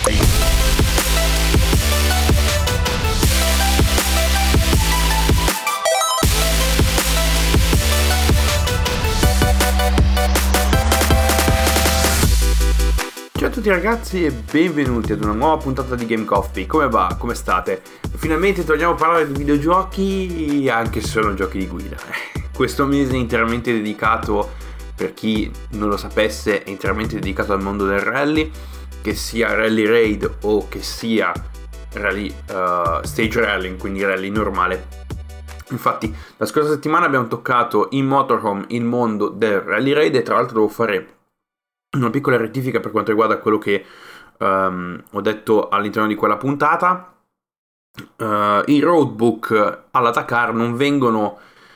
Ciao a tutti ragazzi e benvenuti ad una nuova puntata di Game Coffee. Come va? Come state? Finalmente torniamo a parlare di videogiochi, anche se sono giochi di guida. Questo mese è interamente dedicato, per chi non lo sapesse, è interamente dedicato al mondo del rally, che sia Rally Raid o che sia rally, Stage Rally, quindi rally normale. Infatti la scorsa settimana abbiamo toccato in Motorhome il mondo del Rally Raid e tra l'altro devo fare una piccola rettifica per quanto riguarda quello che ho detto all'interno di quella puntata. I roadbook alla Dakar non vengono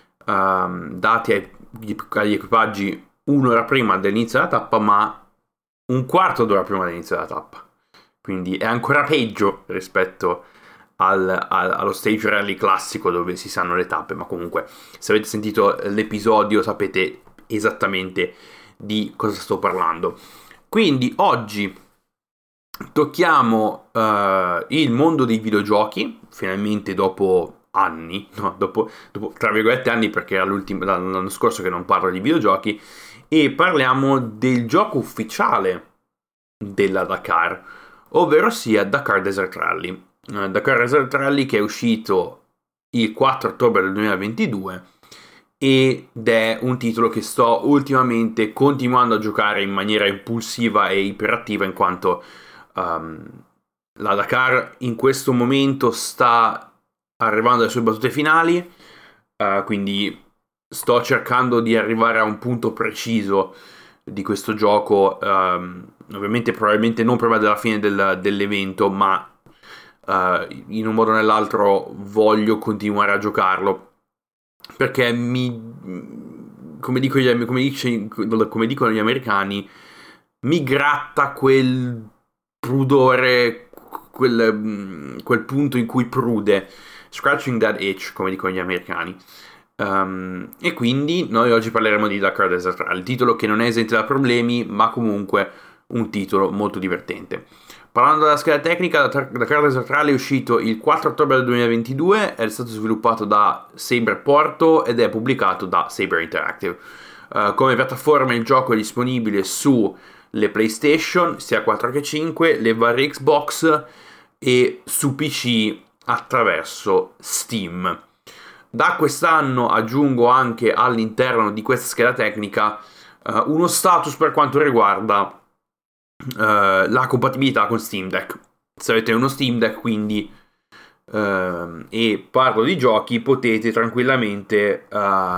dati agli equipaggi un'ora prima dell'inizio della tappa, ma un quarto d'ora prima dell'inizio della tappa. Quindi è ancora peggio rispetto allo stage rally classico dove si sanno le tappe, ma comunque se avete sentito l'episodio sapete esattamente di cosa sto parlando. Quindi oggi tocchiamo il mondo dei videogiochi, finalmente dopo anni, dopo tra virgolette anni, perché era l'anno scorso che non parlo di videogiochi, e parliamo del gioco ufficiale della Dakar, ovvero sia Dakar Desert Rally. Dakar Desert Rally che è uscito il 4 ottobre del 2022 ed è un titolo che sto ultimamente continuando a giocare in maniera impulsiva e iperattiva, in quanto la Dakar in questo momento sta arrivando alle sue battute finali, quindi sto cercando di arrivare a un punto preciso di questo gioco, ovviamente probabilmente non prima della fine dell'evento, ma in un modo o nell'altro voglio continuare a giocarlo, perché come dicono gli americani, mi gratta quel prudore, quel punto in cui prude, scratching that itch, come dicono gli americani. E quindi noi oggi parleremo di Dakar Desert Rally, titolo che non è esente da problemi, ma comunque un titolo molto divertente. Parlando della scheda tecnica, Dakar Desert Rally è uscito il 4 ottobre del 2022, è stato sviluppato da Saber Porto ed è pubblicato da Saber Interactive. Come piattaforma il gioco è disponibile sulle PlayStation, sia 4 che 5, le varie Xbox e su PC attraverso Steam. Da quest'anno aggiungo anche all'interno di questa scheda tecnica uno status per quanto riguarda la compatibilità con Steam Deck. Se avete uno Steam Deck quindi e parlo di giochi, potete tranquillamente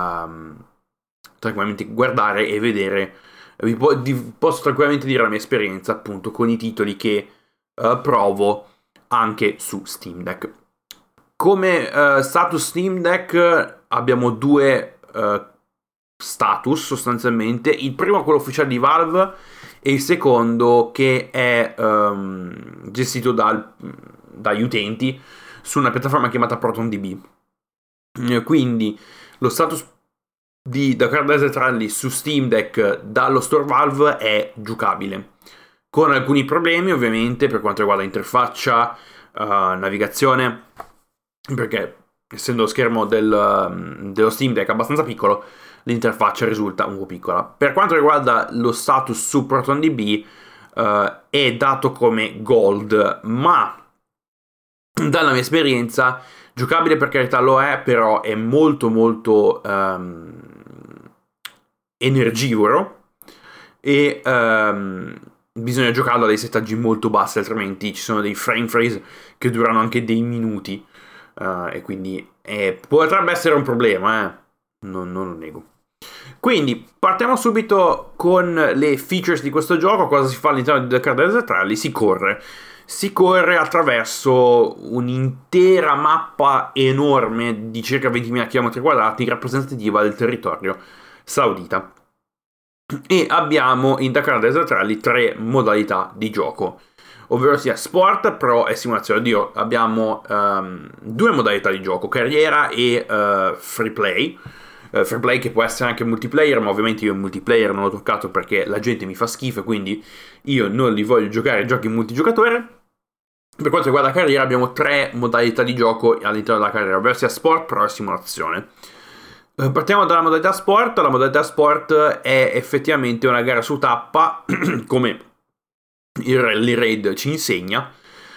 guardare e vedere. Posso tranquillamente dire la mia esperienza appunto con i titoli che provo anche su Steam Deck. Come status Steam Deck abbiamo due status sostanzialmente. Il primo è quello ufficiale di Valve e il secondo che è gestito dagli utenti su una piattaforma chiamata ProtonDB. Quindi lo status di Dakar Desert Rally su Steam Deck dallo store Valve è giocabile, con alcuni problemi ovviamente per quanto riguarda interfaccia, navigazione, perché essendo lo schermo dello Steam Deck abbastanza piccolo, l'interfaccia risulta un po' piccola. Per quanto riguarda lo status su ProtonDB, è dato come Gold, ma dalla mia esperienza giocabile per carità lo è, però è molto molto energivoro e bisogna giocarlo a dei settaggi molto bassi, altrimenti ci sono dei frame freeze che durano anche dei minuti, e quindi potrebbe essere un problema, non lo nego. Quindi partiamo subito con le features di questo gioco. Cosa si fa all'interno di Dakar Desert Rally? Si corre attraverso un'intera mappa enorme di circa 20.000 km2 rappresentativa del territorio saudita, e abbiamo in Dakar Desert Rally 3 modalità di gioco, ovvero sia Sport, Pro e Simulazione. Abbiamo 2 modalità di gioco, carriera e free play. Free play che può essere anche multiplayer, ma ovviamente io il multiplayer non l'ho toccato perché la gente mi fa schifo, quindi io non li voglio giocare giochi in multigiocatore. Per quanto riguarda la carriera abbiamo 3 modalità di gioco all'interno della carriera, ovvero sia sport, pro e simulazione. Partiamo dalla modalità sport. La modalità sport è effettivamente una gara su tappa, come il Rally Raid ci insegna,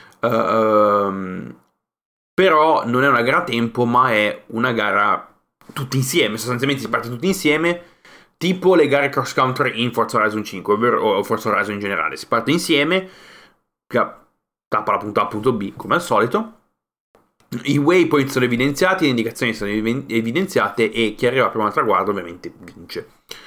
però non è una gara a tempo, ma è una gara tutti insieme, sostanzialmente si parte tutti insieme, tipo le gare cross country in Forza Horizon 5, o Forza Horizon in generale. Si parte insieme, tappa la punta A, punto B, come al solito. I waypoint sono evidenziati, le indicazioni sono evidenziate e chi arriva prima al traguardo ovviamente vince.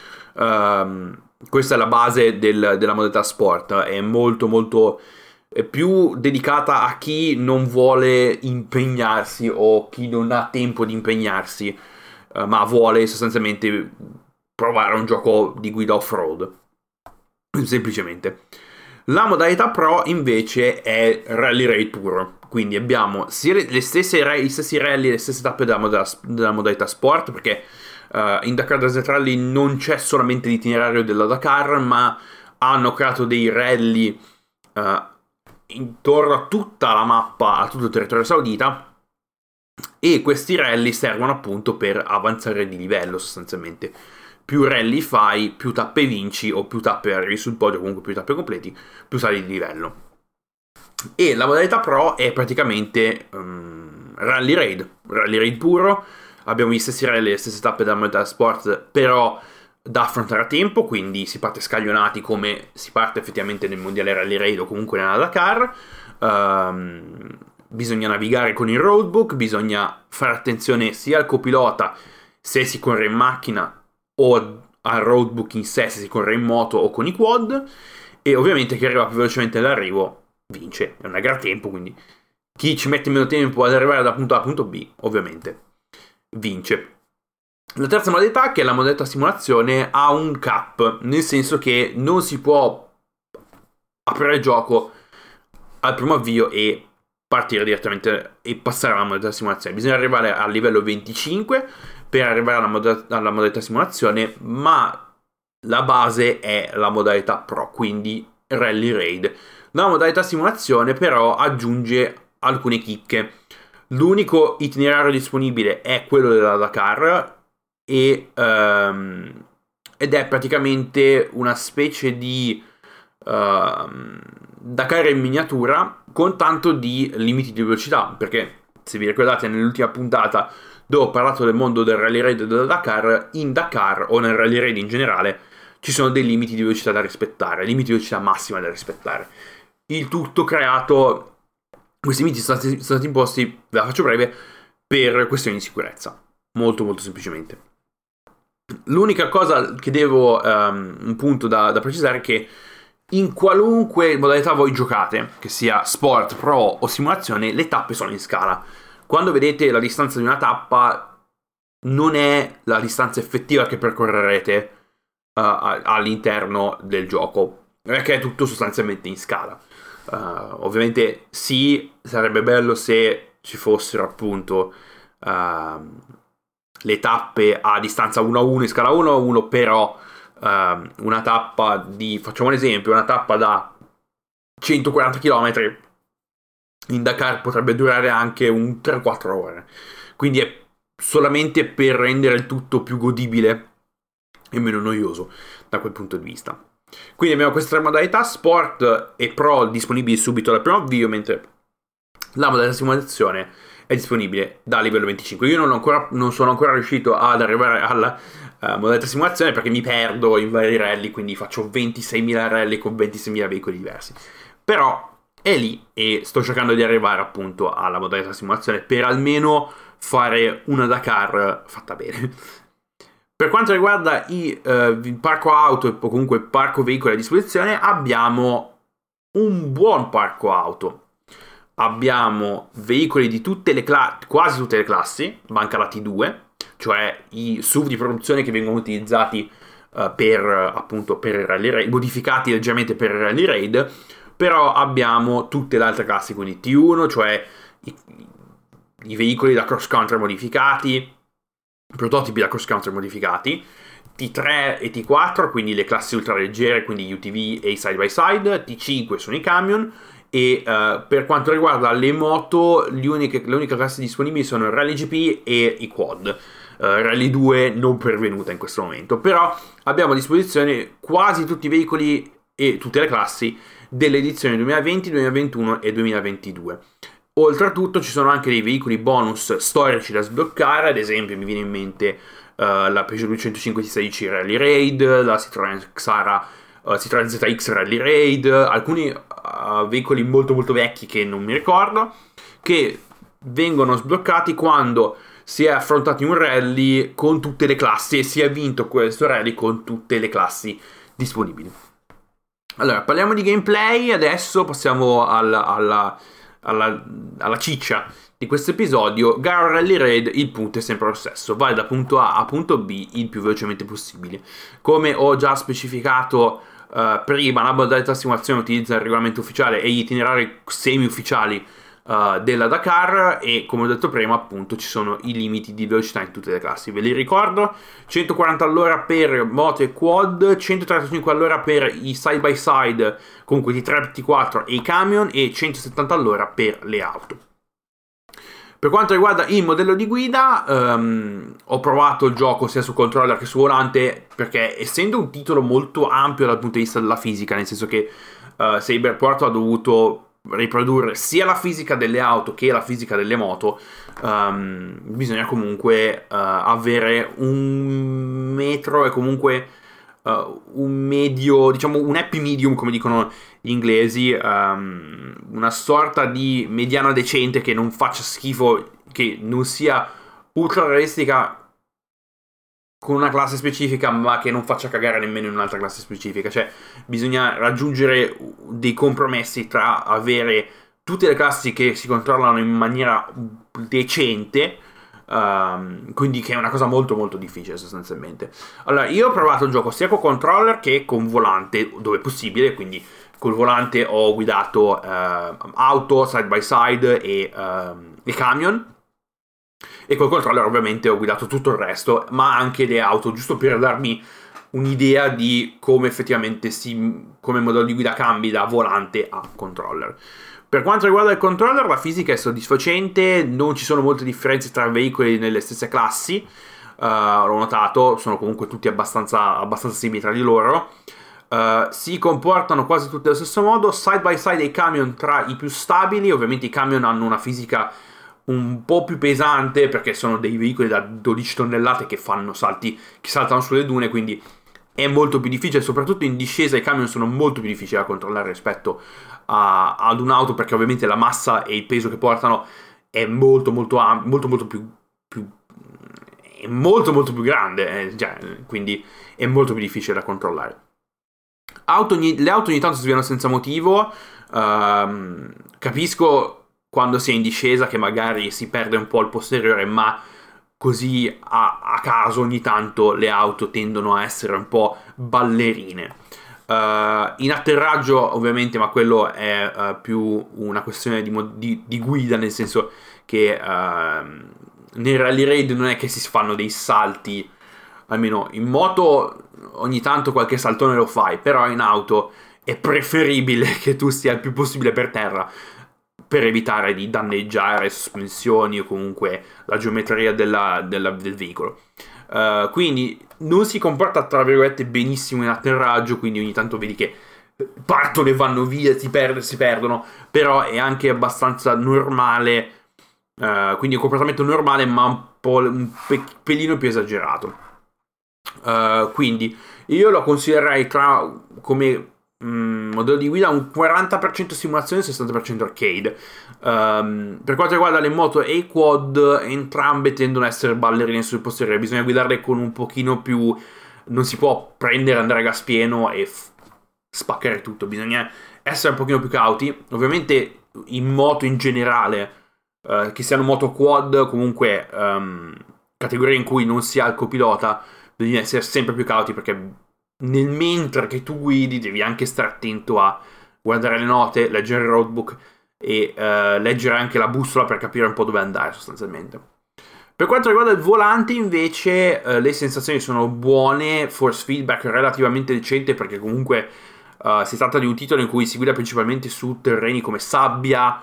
Questa è la base della modalità sport, è molto più dedicata a chi non vuole impegnarsi o chi non ha tempo di impegnarsi, ma vuole sostanzialmente provare un gioco di guida off-road, semplicemente. La modalità pro invece è Rally Raid puro, quindi abbiamo sia i stessi rally, le stesse tappe della modalità sport, perché in Dakar Desert Rally non c'è solamente l'itinerario della Dakar, ma hanno creato dei rally intorno a tutta la mappa, a tutto il territorio saudita, e questi rally servono appunto per avanzare di livello sostanzialmente. Più rally fai, più tappe vinci, o più tappe arrivi sul podio, comunque più tappe completi, più sali di livello. E la modalità pro è praticamente Rally Raid puro. Abbiamo gli stessi rally, le stesse tappe della modalità sport, però da affrontare a tempo, quindi si parte scaglionati come si parte effettivamente nel mondiale Rally Raid o comunque nella Dakar. Bisogna navigare con il roadbook, bisogna fare attenzione sia al copilota se si corre in macchina o al roadbook in sé se si corre in moto o con i quad, e ovviamente chi arriva più velocemente all'arrivo vince. È una gara a tempo, quindi chi ci mette meno tempo ad arrivare da punto A a punto B ovviamente vince. La terza modalità, che è la modalità simulazione, ha un cap, nel senso che non si può aprire il gioco al primo avvio e partire direttamente e passare alla modalità simulazione. Bisogna arrivare al livello 25 per arrivare alla modalità simulazione, ma la base è la modalità pro, quindi Rally Raid. La modalità simulazione però aggiunge alcune chicche. L'unico itinerario disponibile è quello della Dakar ed è praticamente una specie di Dakar in miniatura, con tanto di limiti di velocità, perché se vi ricordate nell'ultima puntata dove ho parlato del mondo del Rally Raid della Dakar, in Dakar o nel Rally Raid in generale ci sono dei limiti di velocità da rispettare, limiti di velocità massima da rispettare. Il tutto creato, questi limiti sono stati imposti, ve la faccio breve, per questioni di sicurezza, molto semplicemente. L'unica cosa che devo, un punto da precisare, è che in qualunque modalità voi giocate, che sia sport, pro o simulazione, le tappe sono in scala. Quando vedete la distanza di una tappa, non è la distanza effettiva che percorrerete all'interno del gioco, perché è tutto sostanzialmente in scala. Ovviamente sì, sarebbe bello se ci fossero appunto le tappe a distanza 1 a 1 in scala 1 a 1, però una tappa di, facciamo un esempio, una tappa da 140 km in Dakar potrebbe durare anche un 3-4 ore, quindi è solamente per rendere il tutto più godibile e meno noioso da quel punto di vista. Quindi abbiamo queste tre modalità, sport e pro, disponibili subito dal primo avvio, mentre la modalità simulazione è disponibile da livello 25. Io non sono ancora riuscito ad arrivare alla modalità simulazione perché mi perdo in vari rally, quindi faccio 26.000 rally con 26.000 veicoli diversi. Però è lì e sto cercando di arrivare appunto alla modalità simulazione per almeno fare una Dakar fatta bene. Per quanto riguarda il parco auto o comunque il parco veicoli a disposizione, abbiamo un buon parco auto. Abbiamo veicoli di tutte le quasi tutte le classi, manca la T2, cioè i SUV di produzione che vengono utilizzati appunto per il Rally Raid, modificati leggermente per il Rally Raid, però abbiamo tutte le altre classi, quindi T1, cioè i veicoli da cross country modificati, prototipi da cross country modificati, T3 e T4, quindi le classi ultraleggere, quindi UTV e i side by side, T5 sono i camion, e per quanto riguarda le moto le uniche classi disponibili sono il Rally GP e i quad. Rally 2 non pervenuta in questo momento, però abbiamo a disposizione quasi tutti i veicoli e tutte le classi delle edizioni 2020, 2021 e 2022. Oltretutto ci sono anche dei veicoli bonus storici da sbloccare, ad esempio mi viene in mente la Peugeot 205 T16 Rally Raid, la Citroën Xara, Citroën ZX Rally Raid, alcuni veicoli molto molto vecchi che non mi ricordo, che vengono sbloccati quando si è affrontati un rally con tutte le classi e si è vinto questo rally con tutte le classi disponibili. Allora, parliamo di gameplay, adesso passiamo alla ciccia di questo episodio. Gara Rally Raid, il punto è sempre lo stesso, vai da punto A a punto B il più velocemente possibile. Come ho già specificato prima, la modalità simulazione utilizza il regolamento ufficiale e gli itinerari semi-ufficiali della Dakar, e come ho detto prima appunto ci sono i limiti di velocità in tutte le classi. Ve li ricordo: 140 all'ora per moto e quad, 135 all'ora per i side by side, comunque i T3 T4 e i camion, e 170 all'ora per le auto. Per quanto riguarda il modello di guida, ho provato il gioco sia su controller che su volante, perché essendo un titolo molto ampio dal punto di vista della fisica, nel senso che Cyberport ha dovuto riprodurre sia la fisica delle auto che la fisica delle moto, bisogna comunque avere un metro e comunque un medio, diciamo un happy medium come dicono gli inglesi, una sorta di mediana decente che non faccia schifo, che non sia ultra realistica con una classe specifica ma che non faccia cagare nemmeno in un'altra classe specifica. Cioè bisogna raggiungere dei compromessi tra avere tutte le classi che si controllano in maniera decente, quindi che è una cosa molto molto difficile sostanzialmente. Allora, io ho provato il gioco sia con controller che con volante dove possibile, quindi col volante ho guidato auto, side by side e camion, e col controller ovviamente ho guidato tutto il resto, ma anche le auto, giusto per darmi un'idea di come effettivamente come il modello di guida cambi da volante a controller. Per quanto riguarda il controller, la fisica è soddisfacente, non ci sono molte differenze tra veicoli nelle stesse classi, l'ho notato, sono comunque tutti abbastanza simili tra di loro. Si comportano quasi tutti allo stesso modo, side by side e i camion tra i più stabili. Ovviamente i camion hanno una fisica un po' più pesante perché sono dei veicoli da 12 tonnellate che fanno salti, che saltano sulle dune, quindi è molto più difficile. Soprattutto in discesa i camion sono molto più difficili da controllare rispetto ad un'auto, perché ovviamente la massa e il peso che portano è molto più grande, quindi è molto più difficile da controllare. Le auto ogni tanto si sviano senza motivo, capisco quando si è in discesa che magari si perde un po' il posteriore, ma così a caso ogni tanto le auto tendono a essere un po' ballerine. In atterraggio ovviamente, ma quello è più una questione di guida, nel senso che nel Rally Raid non è che si fanno dei salti, almeno in moto ogni tanto qualche saltone lo fai, però in auto è preferibile che tu stia il più possibile per terra per evitare di danneggiare sospensioni o comunque la geometria del veicolo. Quindi non si comporta tra virgolette benissimo in atterraggio, quindi ogni tanto vedi che partono e vanno via, si perdono, però è anche abbastanza normale, quindi è un comportamento normale ma un pelino più esagerato. Quindi io lo considererei come modello di guida un 40% simulazione e 60% arcade. Per quanto riguarda le moto e i quad, entrambe tendono a essere ballerine sul posteriore, bisogna guidarle con un pochino più, non si può prendere, andare a gas pieno e spaccare tutto, bisogna essere un pochino più cauti. Ovviamente in moto in generale, che siano moto quad, comunque categorie in cui non si ha il copilota, bisogna essere sempre più cauti, perché nel mentre che tu guidi devi anche stare attento a guardare le note, leggere il roadbook e leggere anche la bussola per capire un po' dove andare sostanzialmente. Per quanto riguarda il volante invece le sensazioni sono buone, force feedback relativamente decente perché comunque si tratta di un titolo in cui si guida principalmente su terreni come sabbia,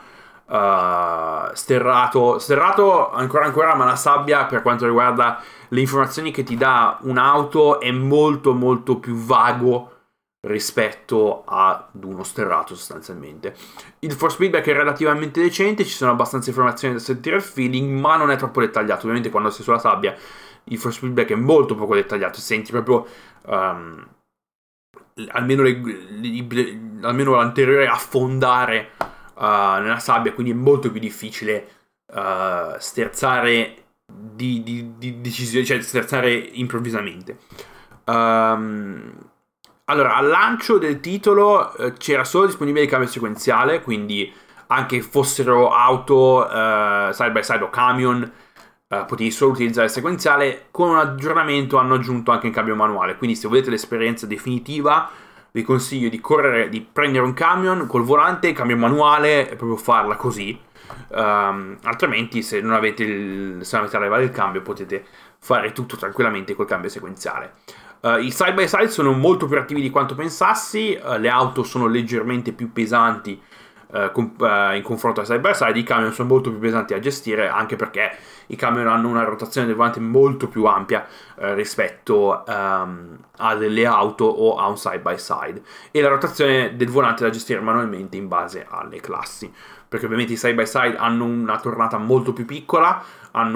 sterrato ancora, ma la sabbia per quanto riguarda le informazioni che ti dà un'auto è molto molto più vago rispetto ad uno sterrato sostanzialmente. Il force feedback è relativamente decente, ci sono abbastanza informazioni da sentire il feeling, ma non è troppo dettagliato. Ovviamente quando sei sulla sabbia il force feedback è molto poco dettagliato, senti proprio almeno, almeno l'anteriore affondare nella sabbia, quindi è molto più difficile sterzare di decisione, cioè sterzare improvvisamente. Allora, al lancio del titolo c'era solo disponibile il cambio sequenziale, quindi anche fossero auto side by side o camion, potevi solo utilizzare il sequenziale. Con un aggiornamento hanno aggiunto anche il cambio manuale, quindi se volete l'esperienza definitiva vi consiglio di prendere un camion col volante, cambio manuale e proprio farla così. Altrimenti se non avete la leva del cambio potete fare tutto tranquillamente col cambio sequenziale. I side by side sono molto più attivi di quanto pensassi, le auto sono leggermente più pesanti in confronto ai side by side, i camion sono molto più pesanti a gestire anche perché i camion hanno una rotazione del volante molto più ampia rispetto a delle auto o a un side by side, e la rotazione del volante da gestire manualmente in base alle classi, perché ovviamente i side by side hanno una tornata molto più piccola, hanno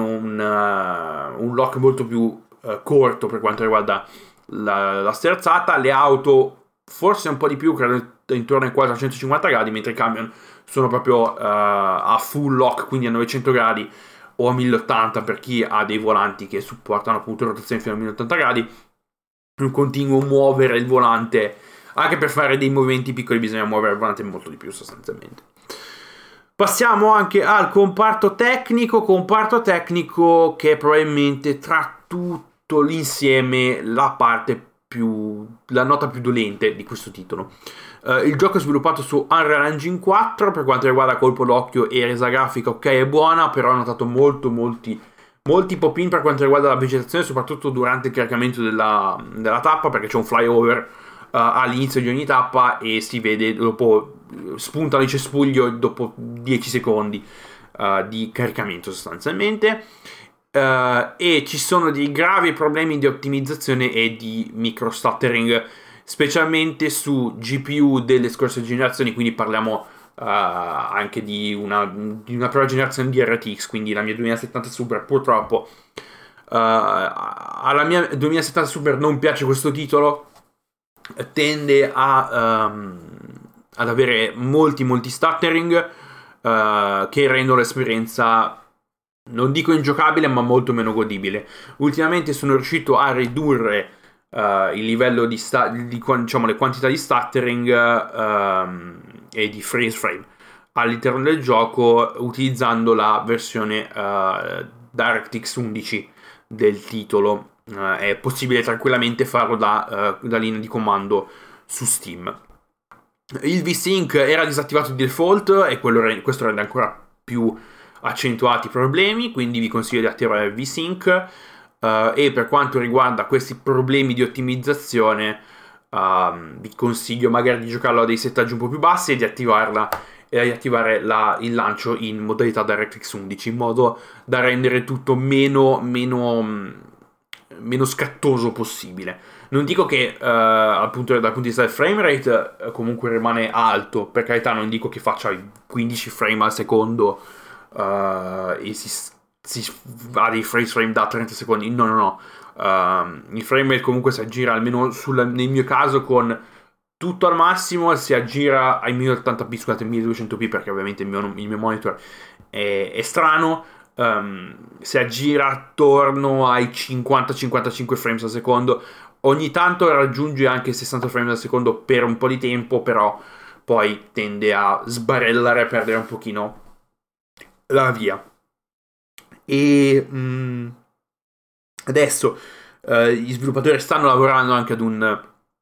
un lock molto più corto per quanto riguarda la sterzata. Le auto forse un po' di più, credo intorno ai 450 gradi, mentre i camion sono proprio a full lock, quindi a 900 gradi o a 1080 per chi ha dei volanti che supportano appunto rotazione fino a 1080 gradi. Un continuo muovere il volante, anche per fare dei movimenti piccoli bisogna muovere il volante molto di più sostanzialmente. Passiamo anche al comparto tecnico che è probabilmente tra tutto l'insieme la nota più dolente di questo titolo. Il gioco è sviluppato su Unreal Engine 4, per quanto riguarda colpo d'occhio e resa grafica ok è buona, però ho notato molti pop-in per quanto riguarda la vegetazione, soprattutto durante il caricamento della tappa, perché c'è un flyover all'inizio di ogni tappa e si vede dopo, spuntano i cespuglio dopo 10 secondi di caricamento sostanzialmente. E ci sono dei gravi problemi di ottimizzazione e di microstuttering, specialmente su GPU delle scorse generazioni, quindi parliamo anche di una prima generazione di RTX, quindi la mia 2070 Super purtroppo alla mia 2070 Super non piace questo titolo, tende ad avere molti stuttering che rendono l'esperienza, non dico ingiocabile, ma molto meno godibile. Ultimamente sono riuscito a ridurre il livello diciamo le quantità di stuttering e di freeze frame all'interno del gioco utilizzando la versione DirectX 11 del titolo. È possibile tranquillamente farlo da linea di comando su Steam. Il VSync era disattivato di default e questo rende ancora più accentuati i problemi, quindi vi consiglio di attivare il VSync. E per quanto riguarda questi problemi di ottimizzazione vi consiglio magari di giocarlo a dei settaggi un po' più bassi e di attivare il lancio in modalità DirectX 11, in modo da rendere tutto meno scattoso possibile. Non dico che appunto dal punto di vista del frame rate comunque rimane alto, per carità, non dico che faccia 15 frame al secondo e si ha dei freeze frame da 30 secondi, no. Il frame rate comunque si aggira, almeno nel mio caso, con tutto al massimo si aggira ai 1080p, scusate, 1200p, perché ovviamente il mio monitor è strano. Si aggira attorno ai 50-55 frames al secondo. Ogni tanto raggiunge anche 60 frames al secondo per un po' di tempo, però poi tende a sbarellare, a perdere un pochino la via. E adesso gli sviluppatori stanno lavorando anche ad un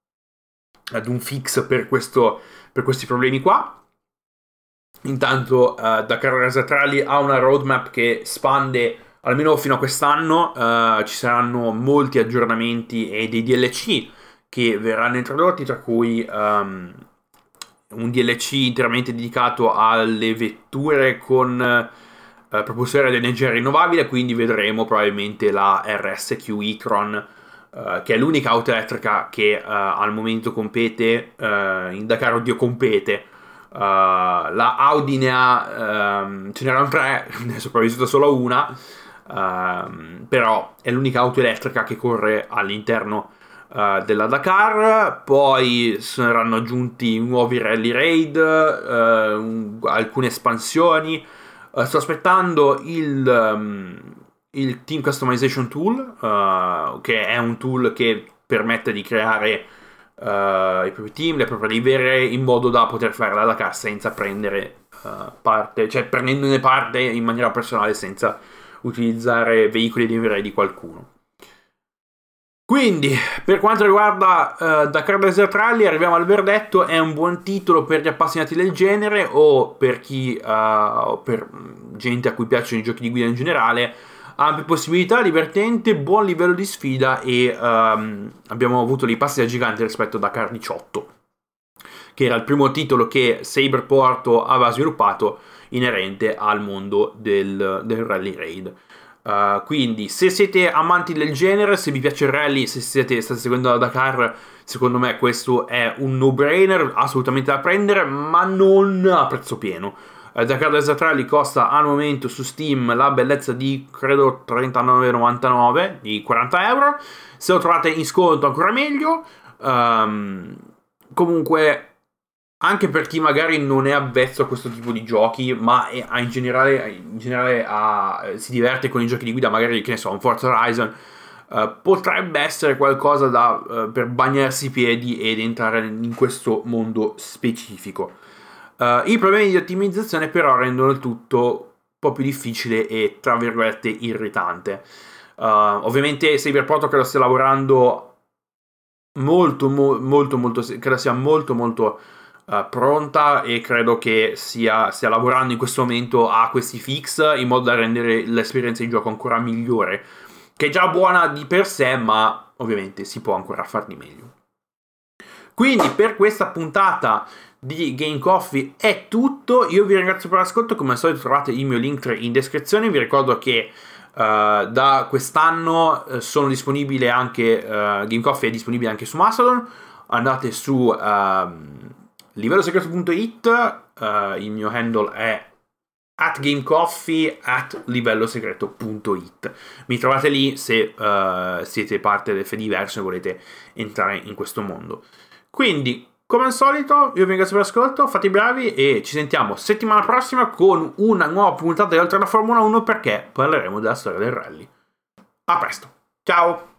fix per questi problemi qua. Intanto da Carlo Rasatrali ha una roadmap che spande almeno fino a quest'anno ci saranno molti aggiornamenti e dei DLC che verranno introdotti, tra cui un DLC interamente dedicato alle vetture con propulsione ad energia rinnovabile, quindi vedremo probabilmente la RSQ e-tron, che è l'unica auto elettrica che al momento compete in Dakar. Oddio, compete. La Audi ce n'erano tre, ne è sopravvissuta solo una, però è l'unica auto elettrica che corre all'interno della Dakar. Poi saranno aggiunti nuovi rally raid, alcune espansioni. Sto aspettando il Team Customization Tool, che è un tool che permette di creare i propri team, le proprie livere, in modo da poter fare la Dakar senza prendere parte, cioè prendendone parte in maniera personale senza utilizzare veicoli di livery di qualcuno. Quindi, per quanto riguarda Dakar Desert Rally, arriviamo al verdetto: è un buon titolo per gli appassionati del genere o per chi, per gente a cui piacciono i giochi di guida in generale. Ampie possibilità, divertente, buon livello di sfida e abbiamo avuto dei passi da gigante rispetto a Dakar 18, che era il primo titolo che Saber Porto aveva sviluppato inerente al mondo del Rally Raid. Quindi, se siete amanti del genere, se vi piace il rally, se state seguendo la Dakar, secondo me questo è un no-brainer, assolutamente da prendere, ma non a prezzo pieno. Dakar Desert Rally costa al momento su Steam la bellezza di, credo, 39,99, di 40 euro. Se lo trovate in sconto ancora meglio. Comunque, anche per chi magari non è avvezzo a questo tipo di giochi, ma in generale si diverte con i giochi di guida, magari, che ne so, un Forza Horizon, potrebbe essere qualcosa per bagnarsi i piedi ed entrare in questo mondo specifico. I problemi di ottimizzazione però rendono il tutto un po' più difficile e, tra virgolette, irritante. Ovviamente Saber Protocol credo stia lavorando credo sia molto pronta, e credo che stia lavorando in questo momento a questi fix in modo da rendere l'esperienza di gioco ancora migliore, che è già buona di per sé, ma ovviamente si può ancora far di meglio. Quindi per questa puntata di Game Coffee è tutto. Io vi ringrazio per l'ascolto. Come al solito trovate il mio link in descrizione. Vi ricordo che da quest'anno sono disponibile anche Game Coffee è disponibile anche su Mastodon. Andate su livellosegreto.it, il mio handle è @gamecoffee@livellosegreto.it. Mi trovate lì se siete parte del Fediverso e volete entrare in questo mondo. Quindi, come al solito, io vi ringrazio per l'ascolto, fate i bravi e ci sentiamo settimana prossima con una nuova puntata di Oltre la Formula 1, perché parleremo della storia del rally. A presto, ciao!